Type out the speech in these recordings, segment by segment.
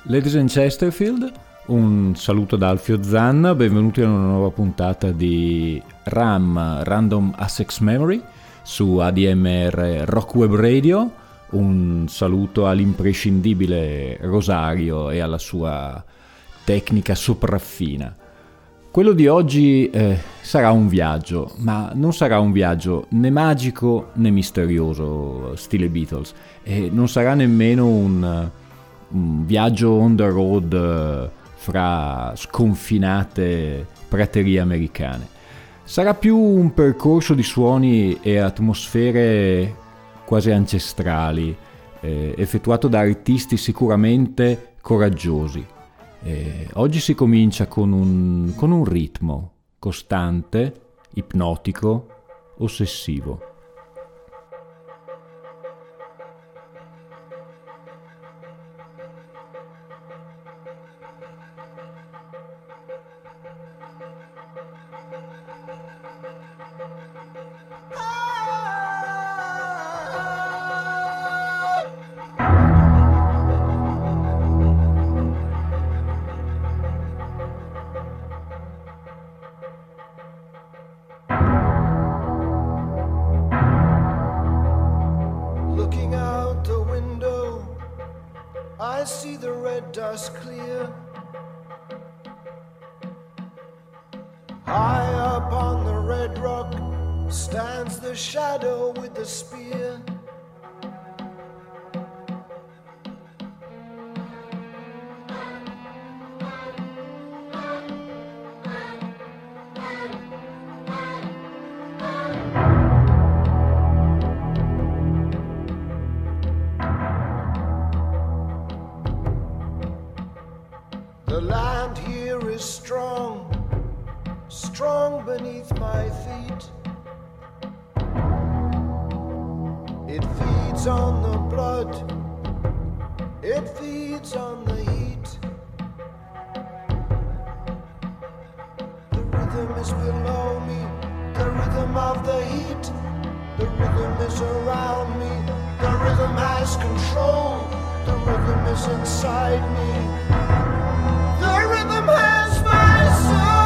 Ladies and Chesterfield, un saluto da Alfio Zanna, benvenuti a una nuova puntata di RAM, Random Access Memory, su ADMR Rock Web Radio. Un saluto all'imprescindibile Rosario e alla sua tecnica sopraffina. Quello di oggi sarà un viaggio, ma non sarà un viaggio né magico né misterioso, stile Beatles, e non sarà nemmeno un viaggio on the road fra sconfinate praterie americane. Sarà più un percorso di suoni e atmosfere quasi ancestrali, effettuato da artisti sicuramente coraggiosi. Oggi si comincia con un ritmo costante, ipnotico, ossessivo. The land here is strong, strong beneath my feet. It feeds on the blood, it feeds on the heat. The rhythm is below me, the rhythm of the heat. The rhythm is around me, the rhythm has control. The rhythm is inside me. The rhythm has my soul.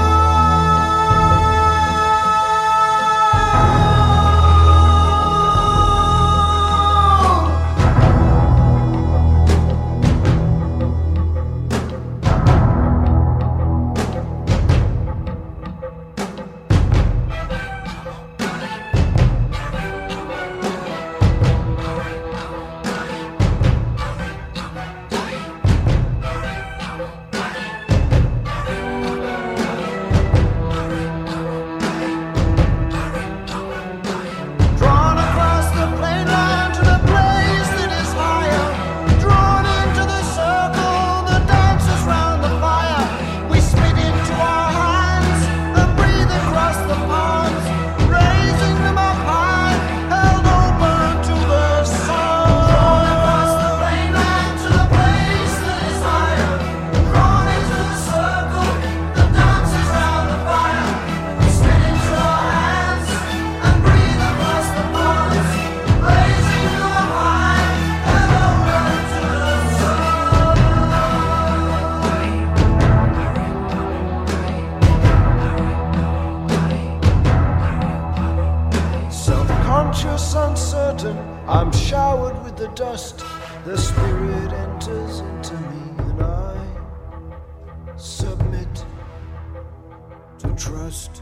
Uncertain, I'm showered with the dust. The spirit enters into me and I submit to trust.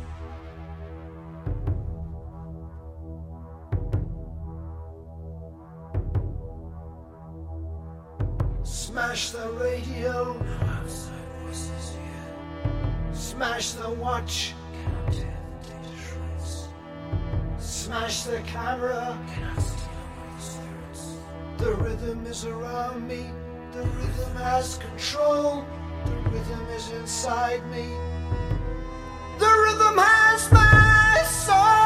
Smash the radio, no outside voices here. Smash the watch, cannot tear the data shreds. Smash the camera, cannot steal away the spirits. The rhythm is around me, the rhythm has control. The rhythm is inside me. The rhythm has my soul.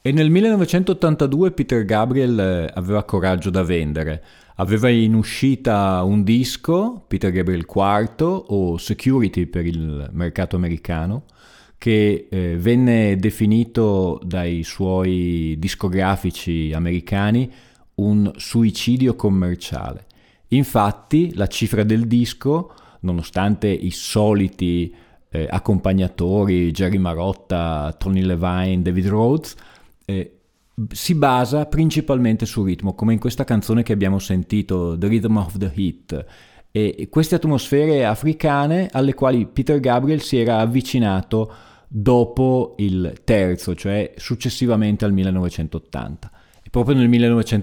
E nel 1982 Peter Gabriel aveva coraggio da vendere. Aveva in uscita un disco, Peter Gabriel IV o Security per il mercato americano, che venne definito dai suoi discografici americani un suicidio commerciale. Infatti la cifra del disco, nonostante i soliti accompagnatori, Jerry Marotta, Tony Levine, David Rhodes, si basa principalmente sul ritmo, come in questa canzone che abbiamo sentito, The Rhythm of the Heat, e queste atmosfere africane alle quali Peter Gabriel si era avvicinato dopo il terzo, cioè successivamente al 1980. E proprio nel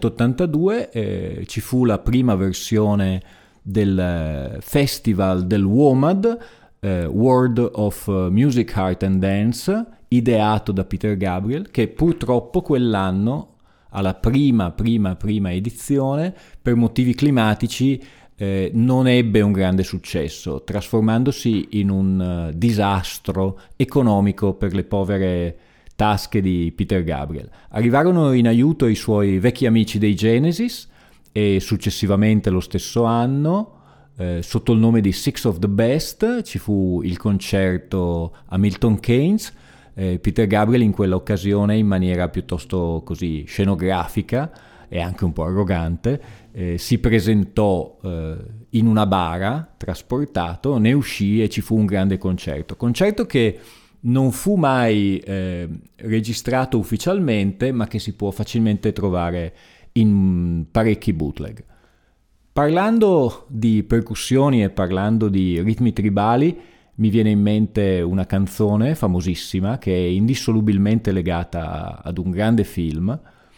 1982 ci fu la prima versione del festival del WOMAD, World of Music, Art and Dance, ideato da Peter Gabriel, che purtroppo quell'anno, alla prima edizione, per motivi climatici, non ebbe un grande successo, trasformandosi in un disastro economico per le povere tasche di Peter Gabriel. Arrivarono in aiuto i suoi vecchi amici dei Genesis e successivamente lo stesso anno, sotto il nome di Six of the Best, ci fu il concerto a Milton Keynes. Peter Gabriel in quell'occasione, in maniera piuttosto così scenografica e anche un po' arrogante, si presentò in una bara, trasportato, ne uscì e ci fu un grande concerto che non fu mai registrato ufficialmente, ma che si può facilmente trovare in parecchi bootleg. Parlando di percussioni e parlando di ritmi tribali, mi viene in mente una canzone famosissima che è indissolubilmente legata ad un grande film.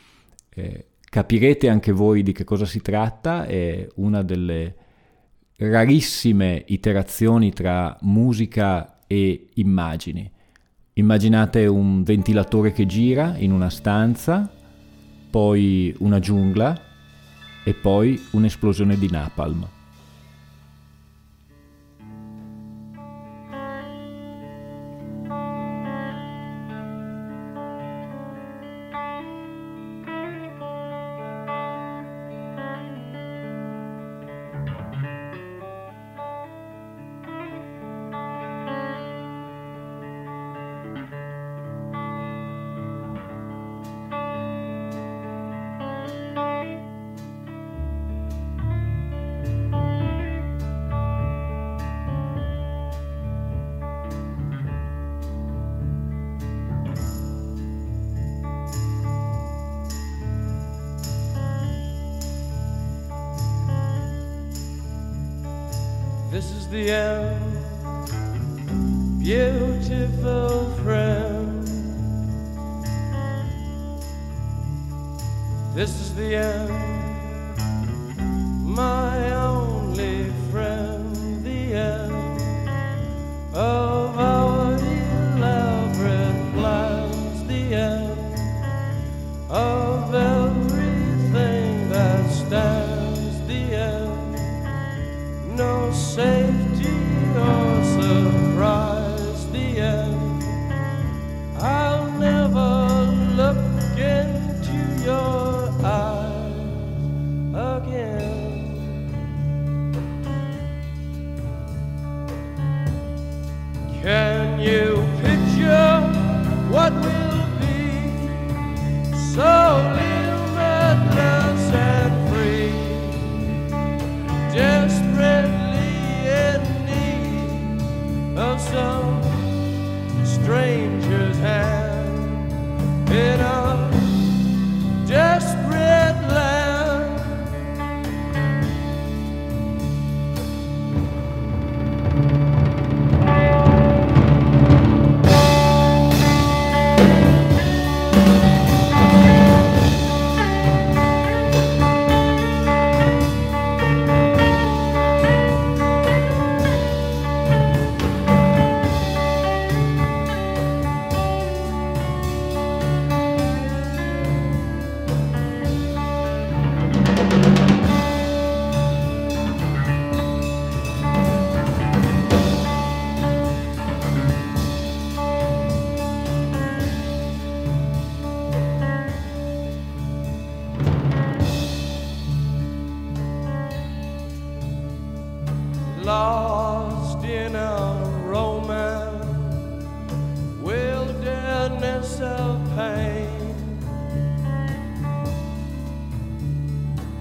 Capirete anche voi di che cosa si tratta, è una delle rarissime iterazioni tra musica e immagini. Immaginate un ventilatore che gira in una stanza, poi una giungla e poi un'esplosione di napalm. This is the end, beautiful friend. This is the end, my only friend, the end of our elaborate plans, the end of everything that stands, the end, no safety or surprise, the end. I'll never look into your eyes again. Can you picture what will be? So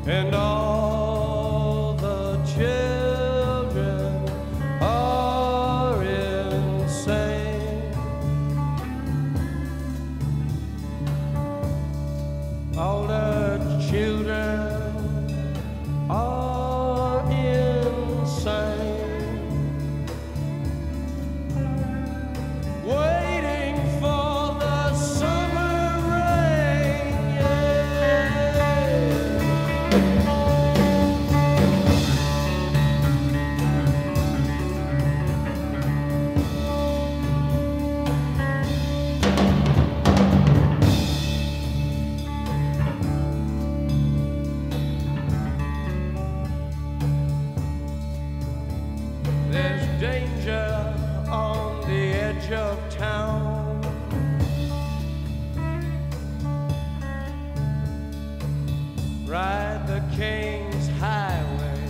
and all the children are insane. All the children are insane, waiting for the summer rain. There's danger on the edge of town. Ride the King's Highway,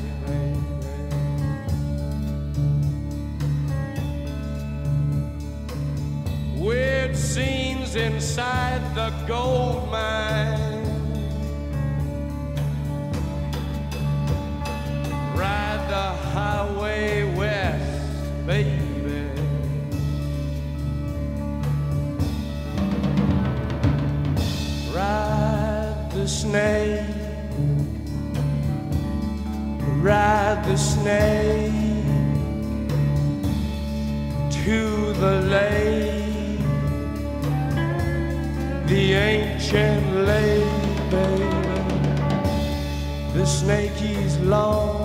weird scenes inside the gold mine. Ride the highway west, baby. Ride the snake, ride the snake to the lake, the ancient lake, baby. The snake is long,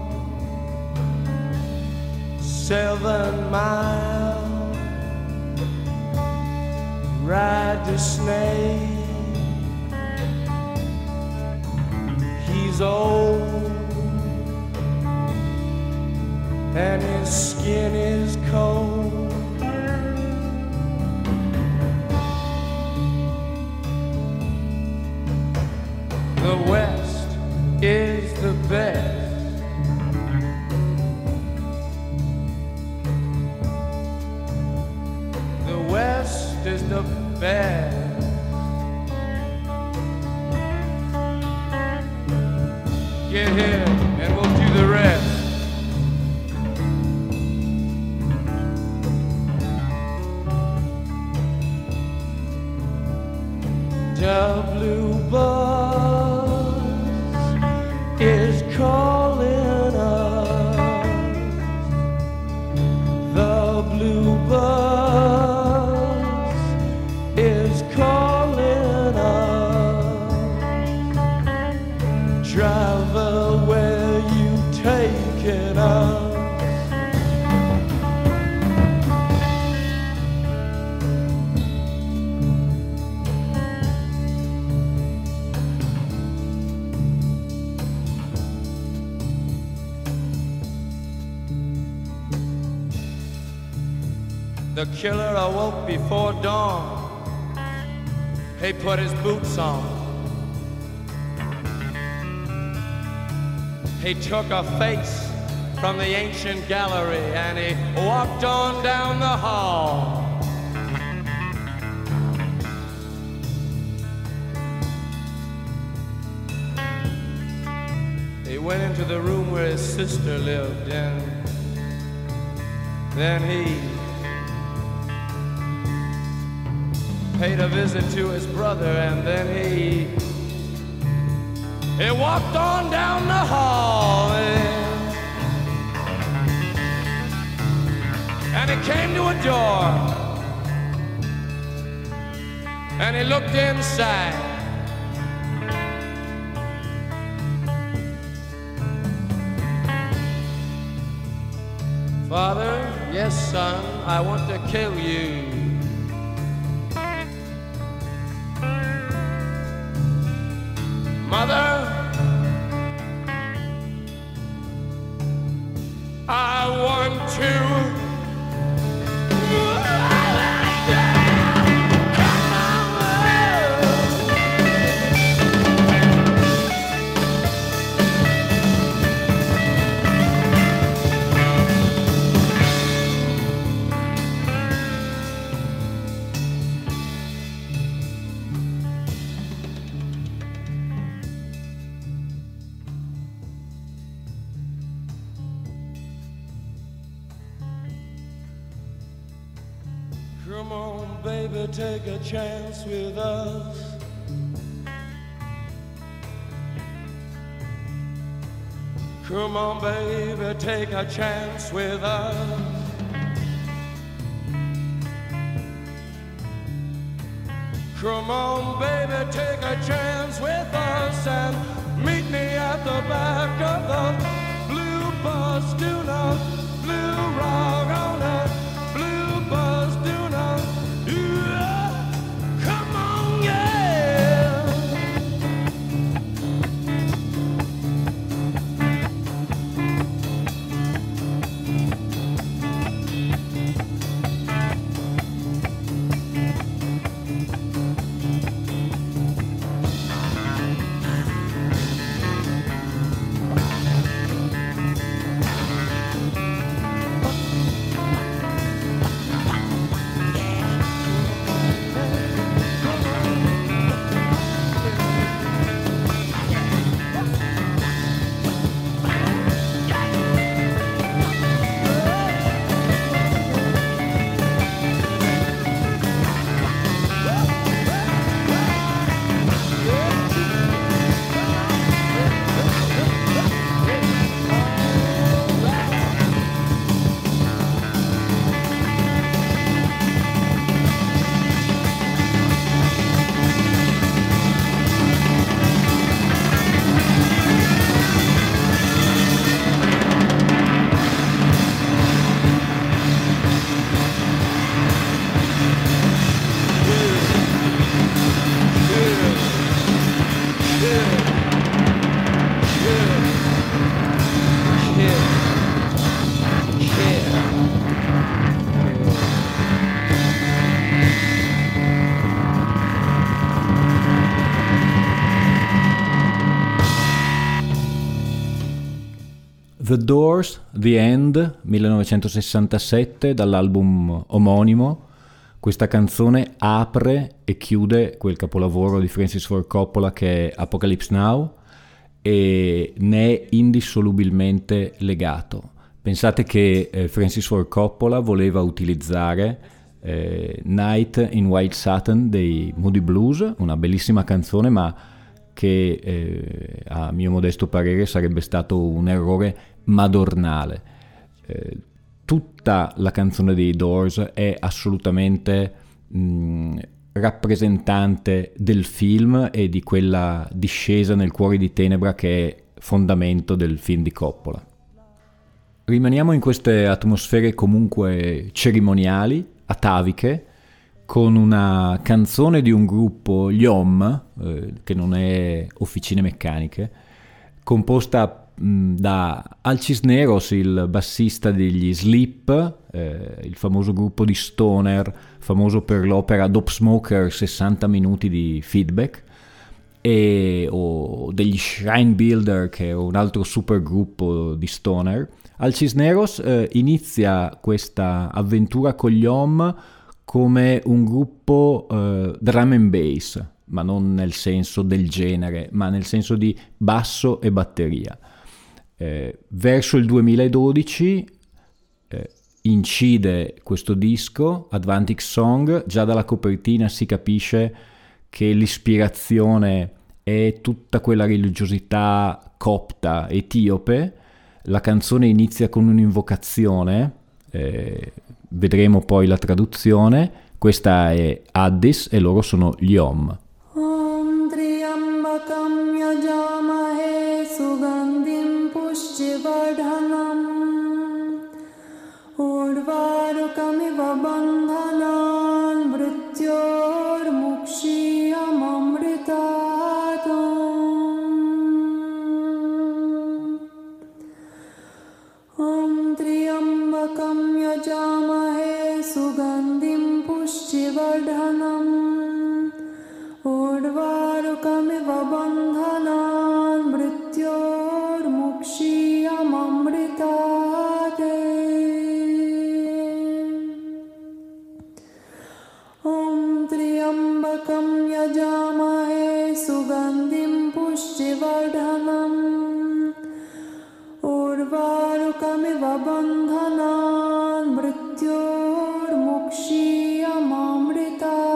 7 miles. Ride the snake. He's old and his skin is cold. The West is the best. The West is the best. Get here and we'll do the rest. The bluebird is calling us. The bluebird is calling us. Driver, where you taking us? The killer awoke before dawn. He put his boots on. He took a face from the ancient gallery and he walked on down the hall. He went into the room where his sister lived, and then he paid a visit to his brother, and then he walked on down the hall, and he came to a door, and he looked inside. Father, yes, son, I want to kill you. Mother, I want to. baby, take a chance with us. Come on, baby, take a chance with us. Come on, baby, take a chance with us and meet me at the back of the blue bus. Do not blue rock on a blue bus. Do not. Yeah. Come on, yeah. The Doors, The End, 1967, dall'album omonimo. Questa canzone apre e chiude quel capolavoro di Francis Ford Coppola che è Apocalypse Now e ne è indissolubilmente legato. Pensate che Francis Ford Coppola voleva utilizzare Night in White Satin dei Moody Blues, una bellissima canzone ma che a mio modesto parere sarebbe stato un errore madornale. Tutta la canzone dei Doors è assolutamente rappresentante del film e di quella discesa nel cuore di tenebra che è fondamento del film di Coppola. Rimaniamo in queste atmosfere comunque cerimoniali, ataviche, con una canzone di un gruppo, gli Om, che non è Officine Meccaniche, composta da Al Cisneros, il bassista degli Sleep, il famoso gruppo di stoner, famoso per l'opera Dope Smoker, 60 minuti di feedback, o degli Shrine Builder, che è un altro super gruppo di stoner. Al Cisneros inizia questa avventura con gli Om come un gruppo drum and bass, ma non nel senso del genere, ma nel senso di basso e batteria. Verso il 2012 incide questo disco, Advantic Song. Già dalla copertina si capisce che l'ispirazione è tutta quella religiosità copta etiope. La canzone inizia con un'invocazione, vedremo poi la traduzione. Questa è Addis e loro sono gli Om. Om Triambakam Yajamahe Sugandhim Pushtivardhanam Urvarukamiva Bandhanan Mrityor Mukshiyam Amritatum Om Triambakam Yajamahe Sugandhim Pushtivardhanam Urvarukamiva bandhanan mrityor mukshiyam amritate Om Triambakam Yajamahe Sugandhim Pushtivardhanam Urvarukamiva bandhanan mrityor mukshiyam amritate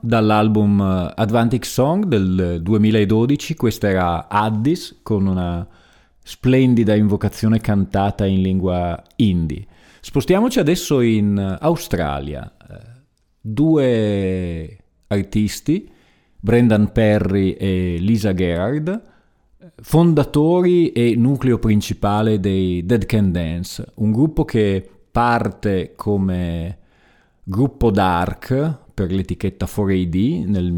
dall'album Atlantic Song del 2012. Questa era Addis con una splendida invocazione cantata in lingua hindi. Spostiamoci adesso in Australia. Due artisti, Brendan Perry e Lisa Gerrard, fondatori e nucleo principale dei Dead Can Dance, un gruppo che parte come gruppo dark per l'etichetta 4AD nel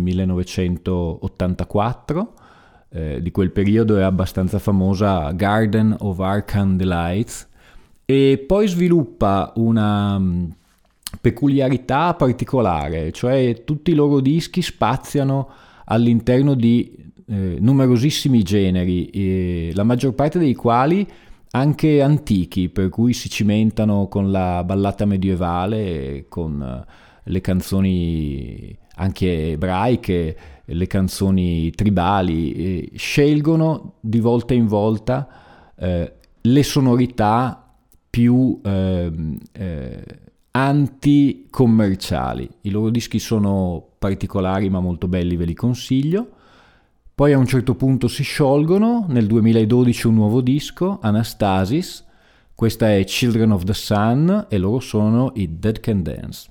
1984. Di quel periodo è abbastanza famosa Garden of Arcan Delights, e poi sviluppa una peculiarità particolare, cioè tutti i loro dischi spaziano all'interno di numerosissimi generi, la maggior parte dei quali anche antichi, per cui si cimentano con la ballata medievale, con le canzoni anche ebraiche, le canzoni tribali, scelgono di volta in volta le sonorità più anti-commerciali. I loro dischi sono particolari ma molto belli, ve li consiglio. Poi a un certo punto si sciolgono, nel 2012 un nuovo disco, Anastasis, questa è Children of the Sun e loro sono i Dead Can Dance.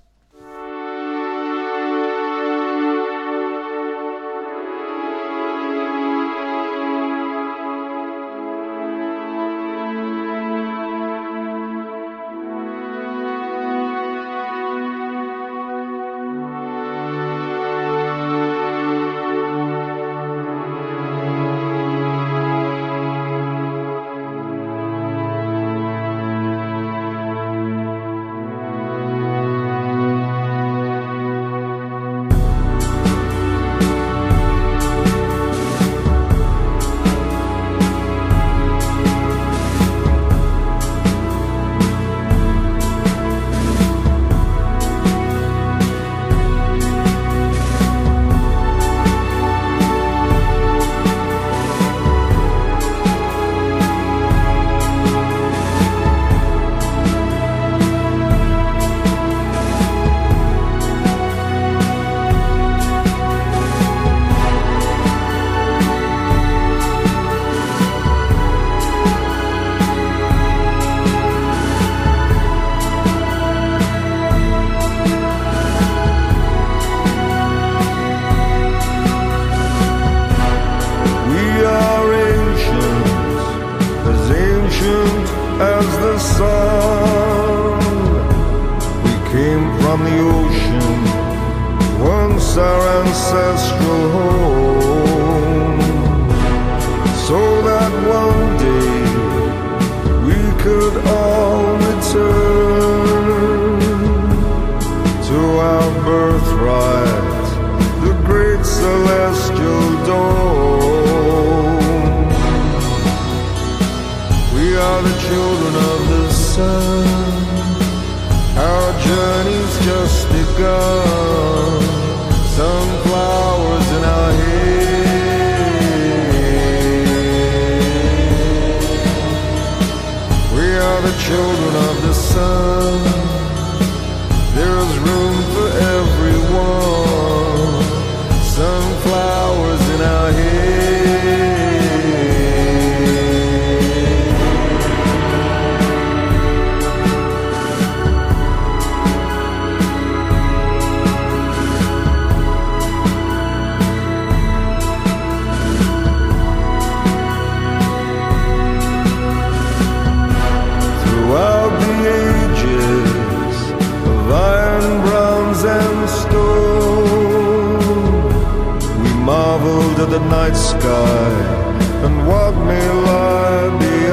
The night sky and what may lie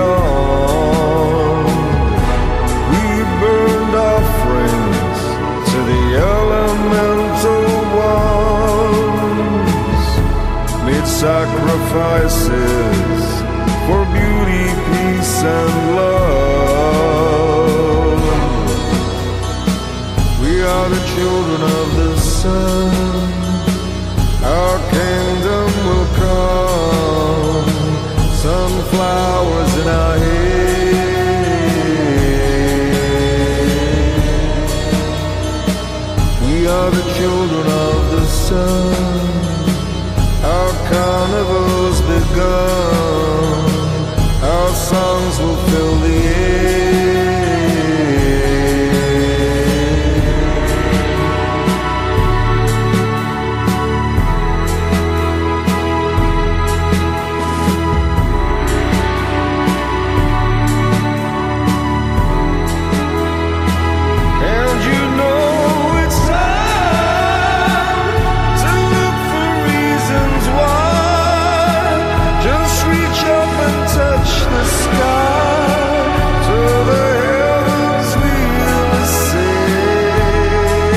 beyond. We burned offerings to the elemental ones, made sacrifices for beauty, peace and love. We are the children of the sun. Our kingdom will come, sunflowers in our hair. We are the children of the sun. songs will fill the air. And you know it's time to look for reasons why. Just reach up and touch the sky, to the heavens we'll ascend.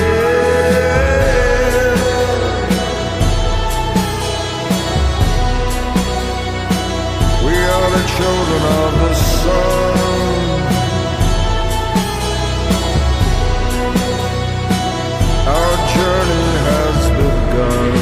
We are the children of the sun. Our journey has begun.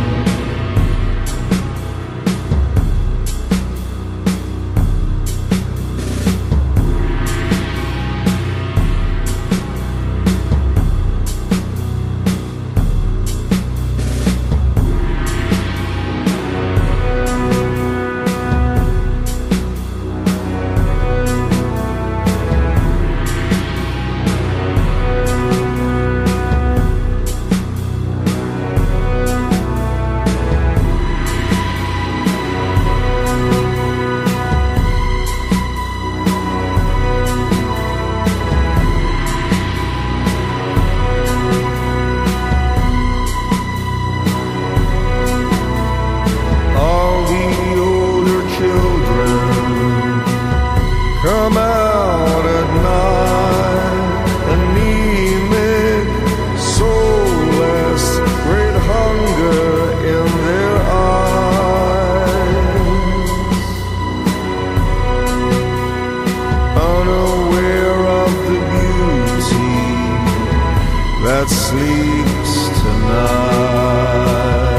All the older children come out at night, anemic, soulless, great hunger in their eyes, unaware of the beauty that sleeps tonight.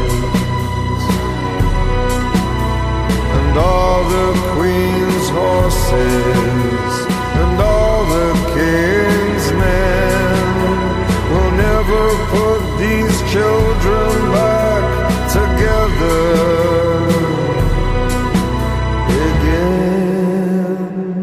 And all the queen's horses and all the king's men will never put these children back together again.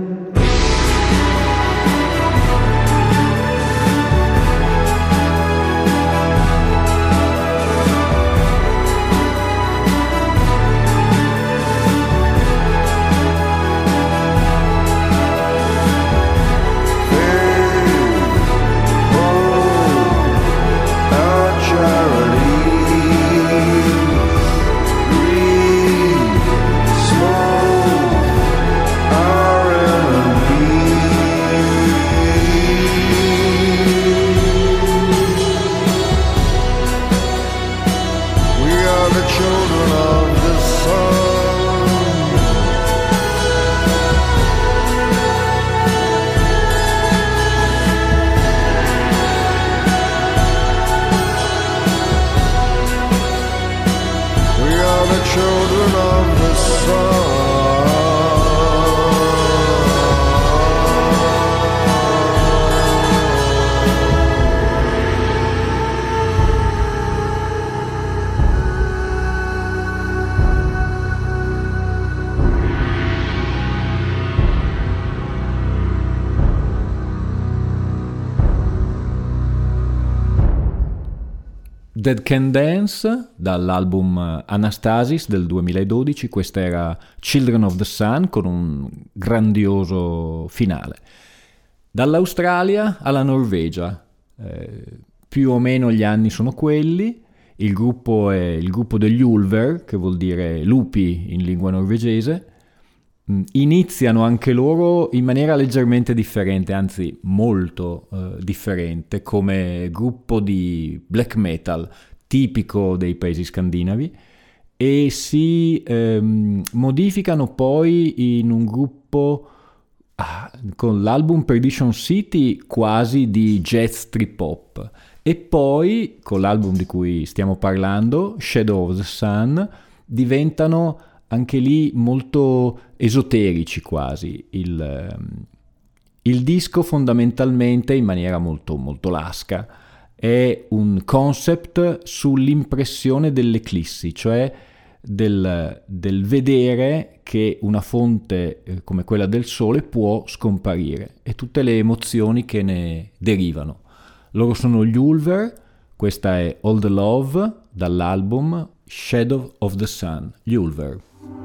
Our charities, smoke our enemies. We are the children of the sun. We are the children of the sun. Dead Can Dance dall'album Anastasis del 2012, questa era Children of the Sun con un grandioso finale. Dall'Australia alla Norvegia, più o meno gli anni sono quelli, il gruppo è il gruppo degli Ulver, che vuol dire lupi in lingua norvegese. Iniziano anche loro in maniera leggermente differente, anzi molto differente, come gruppo di black metal tipico dei paesi scandinavi, e si modificano poi in un gruppo con l'album Perdition City quasi di jazz trip hop, e poi con l'album di cui stiamo parlando, Shadow of the Sun, diventano anche lì molto esoterici quasi. Il disco fondamentalmente, in maniera molto, molto lasca, è un concept sull'impressione dell'eclissi, cioè del vedere che una fonte come quella del sole può scomparire e tutte le emozioni che ne derivano. Loro sono gli Ulver, questa è All the Love dall'album Shadow of the Sun, gli Ulver.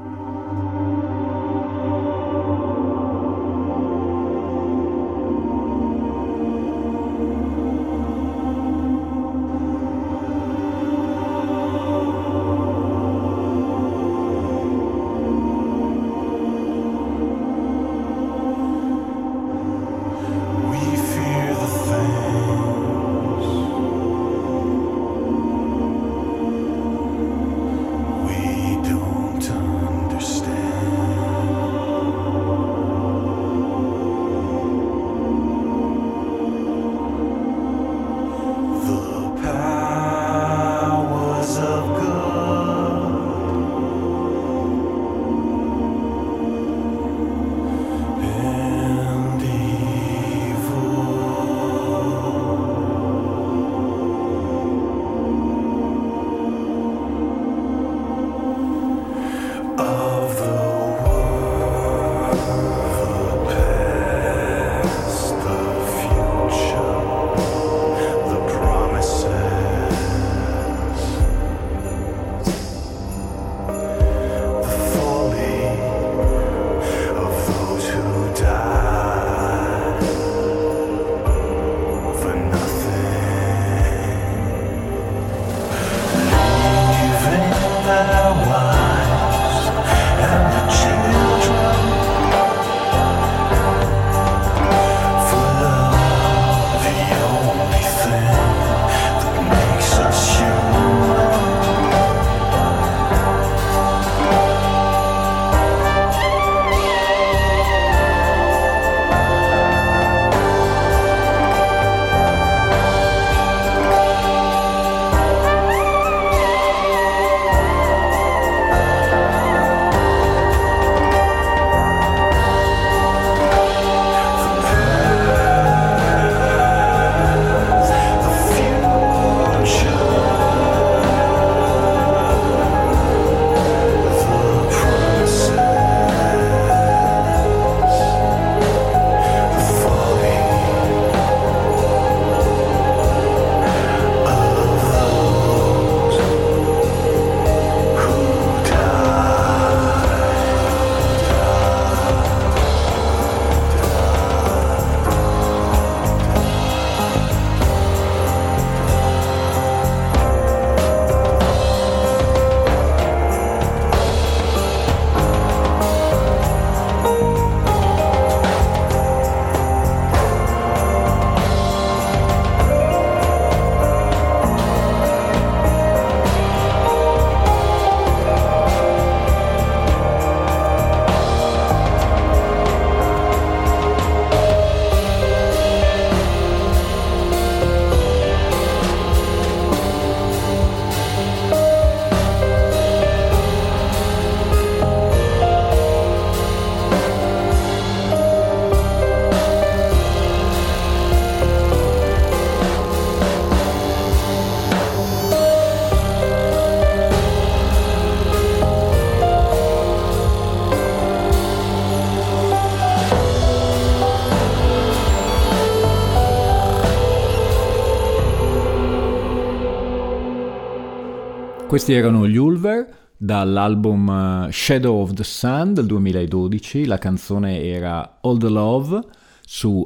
Questi erano gli Ulver dall'album Shadow of the Sun del 2012, la canzone era All the Love su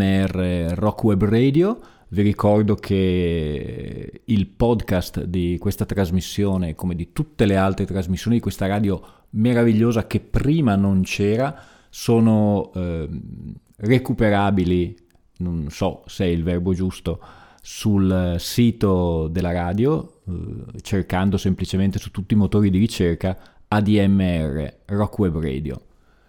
ADMR Rock Web Radio. Vi ricordo che il podcast di questa trasmissione, come di tutte le altre trasmissioni di questa radio meravigliosa che prima non c'era, sono recuperabili, non so se è il verbo giusto, sul sito della radio, cercando semplicemente su tutti i motori di ricerca ADMR Rock Web Radio.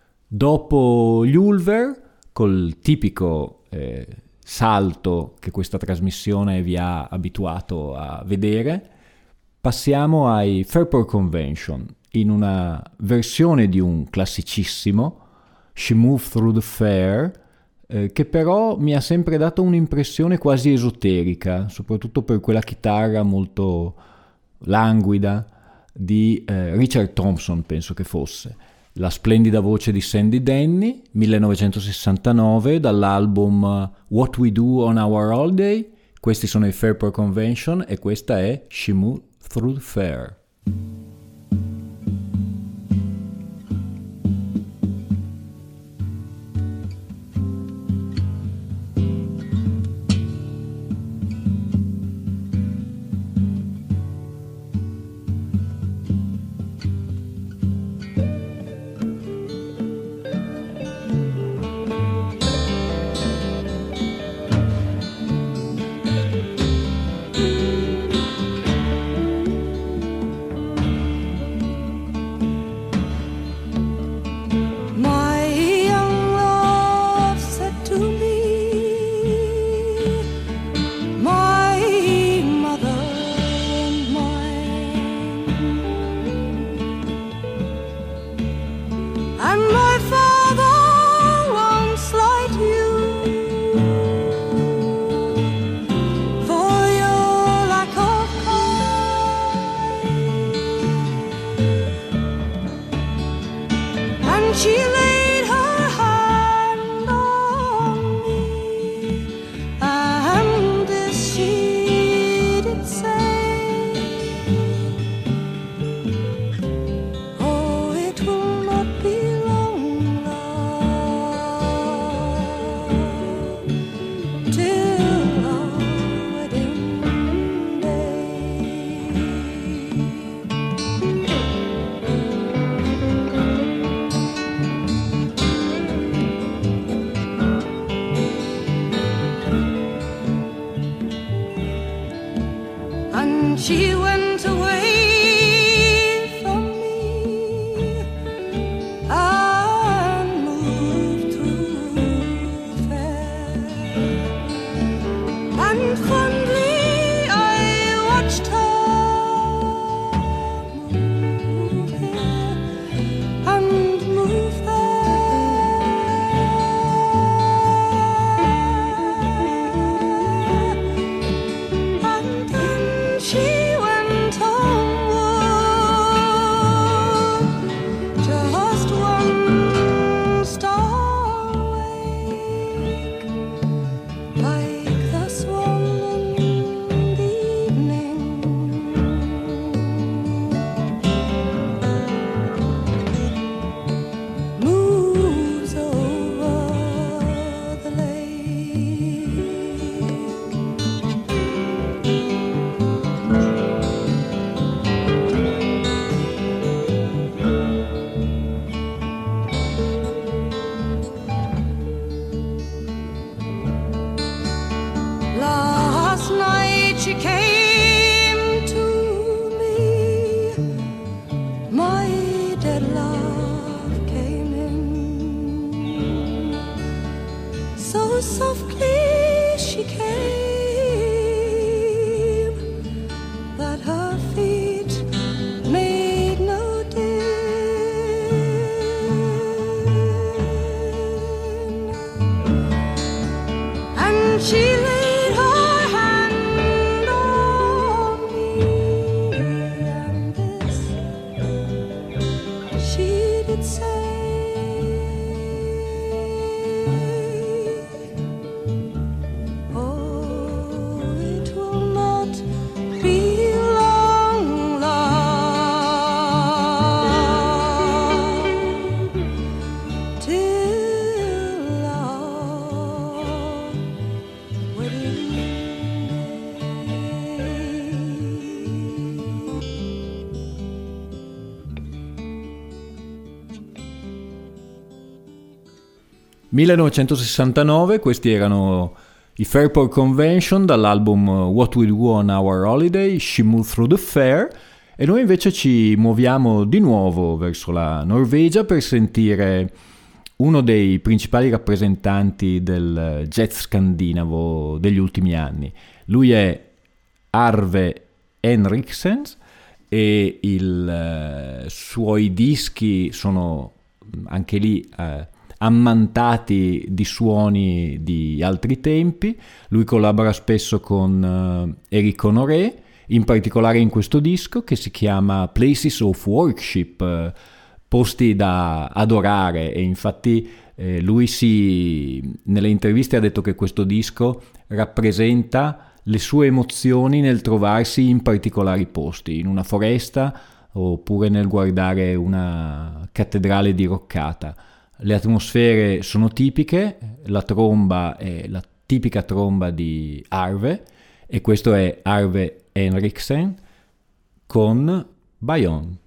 Dopo gli Ulver, col tipico salto che questa trasmissione vi ha abituato a vedere, passiamo ai Fairport Convention in una versione di un classicissimo She Moved Through the Fair, che però mi ha sempre dato un'impressione quasi esoterica, soprattutto per quella chitarra molto languida, di Richard Thompson, penso che fosse. La splendida voce di Sandy Denny, 1969, dall'album What We Do on Our Holiday. Questi sono i Fairport Convention e questa è She Moved Through the Fair. She went away from me and moved through fair, and fondly I watched her move here and move there, and then she she came to me, my dead love came in, so softly she came that her feet made no din, and she laid her hand on me, and this she did say, oh, it will not be long, love, till our wedding day. 1969, questi erano i Fairport Convention dall'album What We Do on Our Holiday, She Moved Through the Fair, e noi invece ci muoviamo di nuovo verso la Norvegia per sentire uno dei principali rappresentanti del jazz scandinavo degli ultimi anni. Lui è Arve Henriksen e i suoi dischi sono anche lì ammantati di suoni di altri tempi. Lui collabora spesso con Eric Honoré in particolare in questo disco che si chiama Places of Worship, posti da adorare, e infatti lui nelle interviste ha detto che questo disco rappresenta le sue emozioni nel trovarsi in particolari posti, in una foresta oppure nel guardare una cattedrale diroccata. Le atmosfere sono tipiche, la tromba è la tipica tromba di Arve, e questo è Arve Henriksen con Bayonne.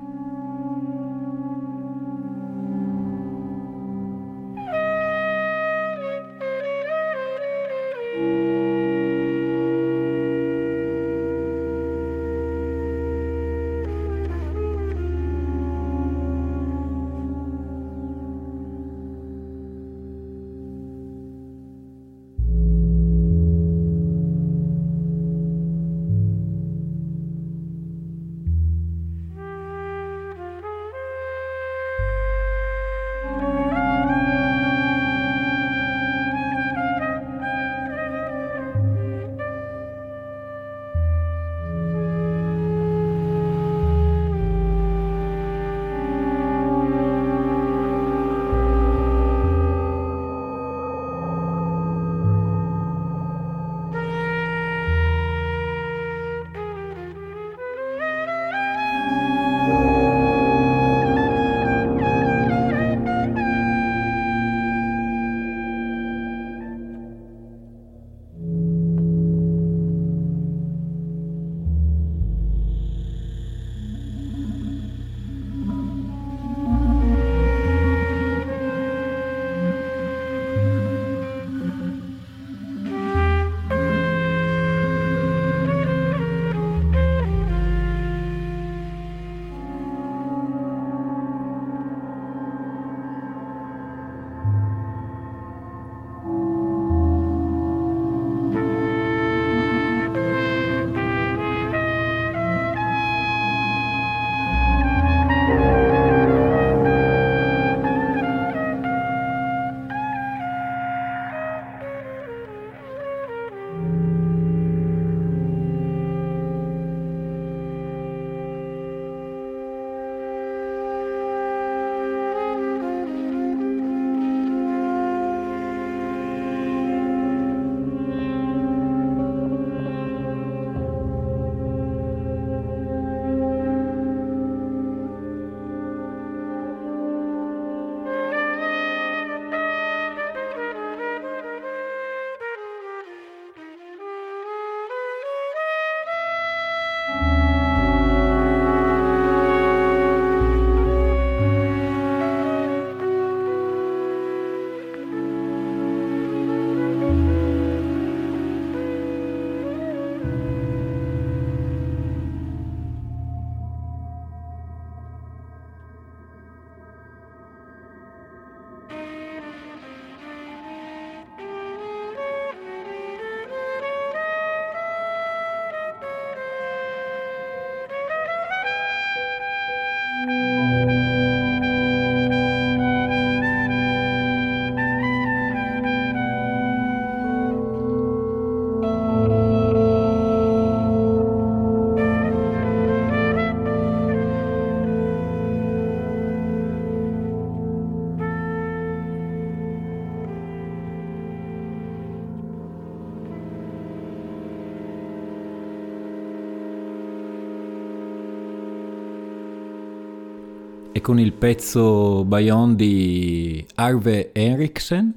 E con il pezzo Bayonne di Arve Henriksen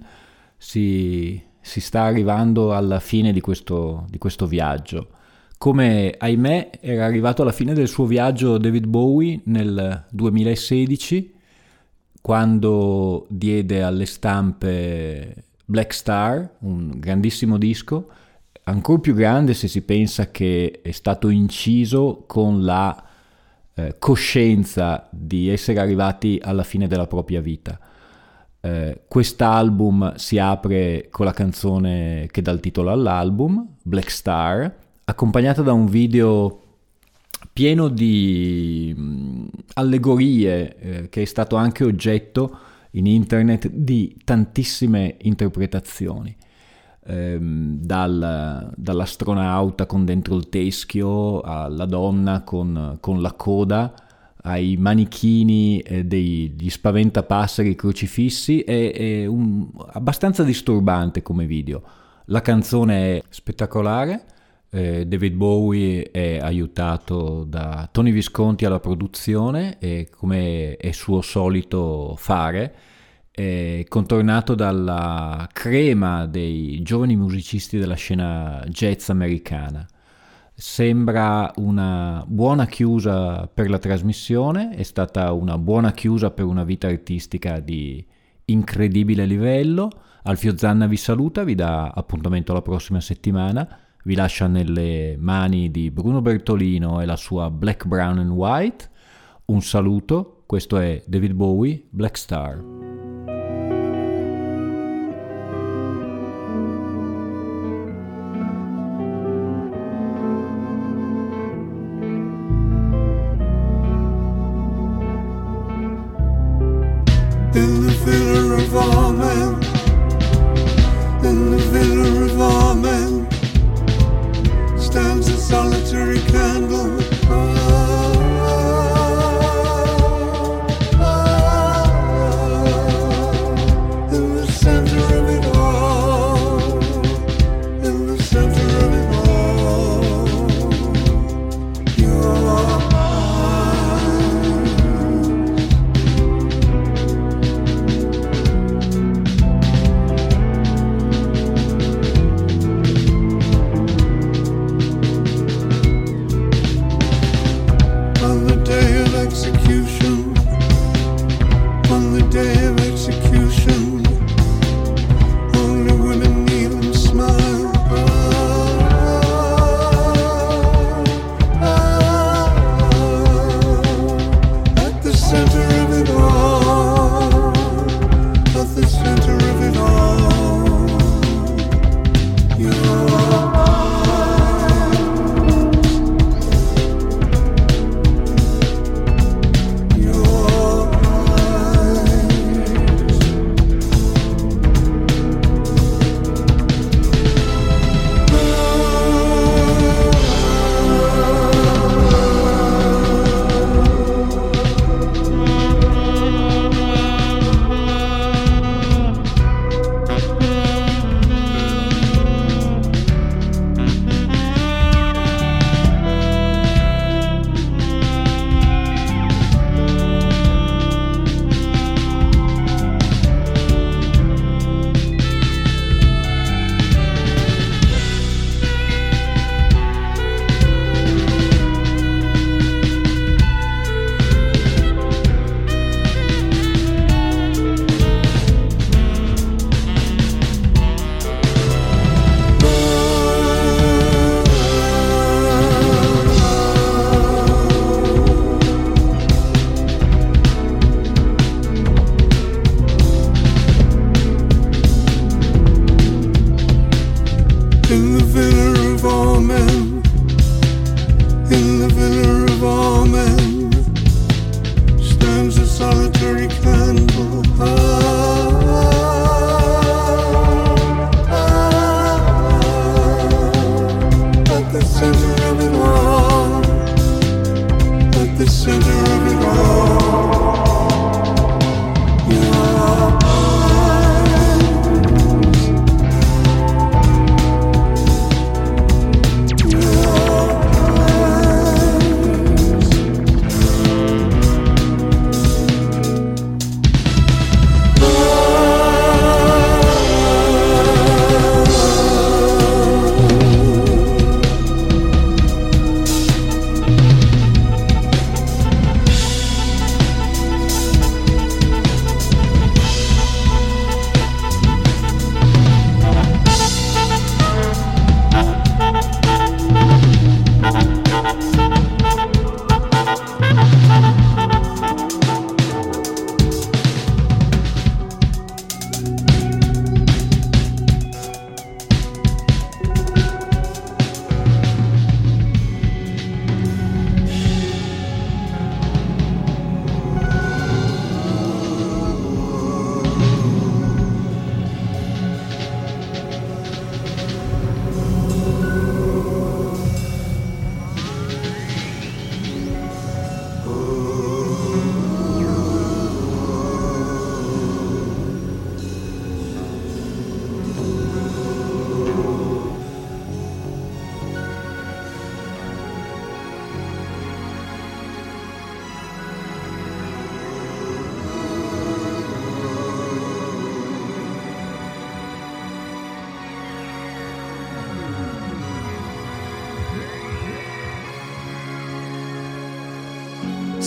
si sta arrivando alla fine di questo viaggio. Come, ahimè, era arrivato alla fine del suo viaggio David Bowie nel 2016, quando diede alle stampe Black Star, un grandissimo disco, ancora più grande se si pensa che è stato inciso con la coscienza di essere arrivati alla fine della propria vita. Quest'album si apre con la canzone che dà il titolo all'album, Black Star, accompagnata da un video pieno di allegorie, che è stato anche oggetto in internet di tantissime interpretazioni. dall'astronauta con dentro il teschio alla donna con la coda, ai manichini degli spaventapasseri crocifissi. È abbastanza disturbante come video. La canzone è spettacolare. David Bowie è aiutato da Tony Visconti alla produzione e, come è suo solito fare, è contornato dalla crema dei giovani musicisti della scena jazz americana. Sembra una buona chiusa per la trasmissione, è stata una buona chiusa per una vita artistica di incredibile livello. Alfio Zanna vi saluta, vi dà appuntamento la prossima settimana, vi lascia nelle mani di Bruno Bertolino e la sua Black, Brown and White. Un saluto, questo è David Bowie, Black Star. In the villa of all men, in the villa of all men, stands a solitary candle. In the center of it all, in the center of it all, your day of execution, only women kneel and smile. At the center of it all, at the center of it all, your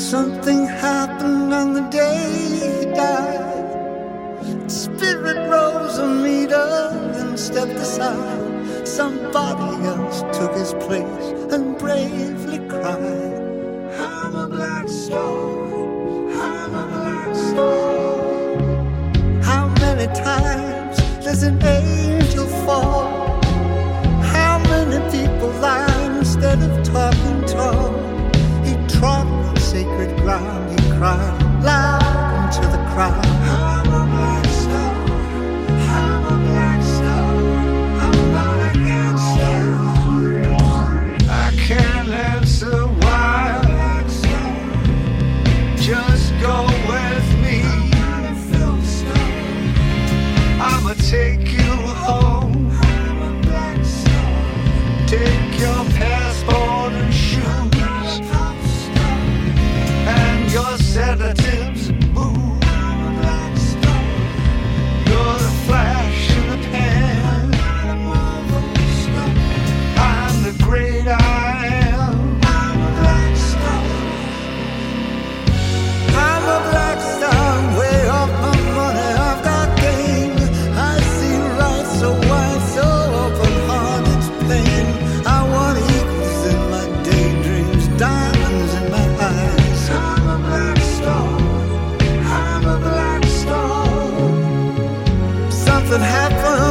Something happened on the day he died. Spirit rose a meter and stepped aside. Somebody else took his place and bravely cried, I'm a black star, I'm a black star. How many times does an angel fall? How many people lie instead of talking tall? He trod on sacred ground, he cried loud into the crowd, I'm a black star, I'm a black star, I'm not against you. I can't answer why, just go with me. I'ma take you home, take your passport and shoes and your sedatives and booze. You're the flash in the pan, I'm the great I am. I'm a black star, way off my money, I've got game. I see right so wide, so open heart, it's plain. I want eagles in my daydreams, diamonds in my eyes. I'm a black star, I'm a black star. Something happened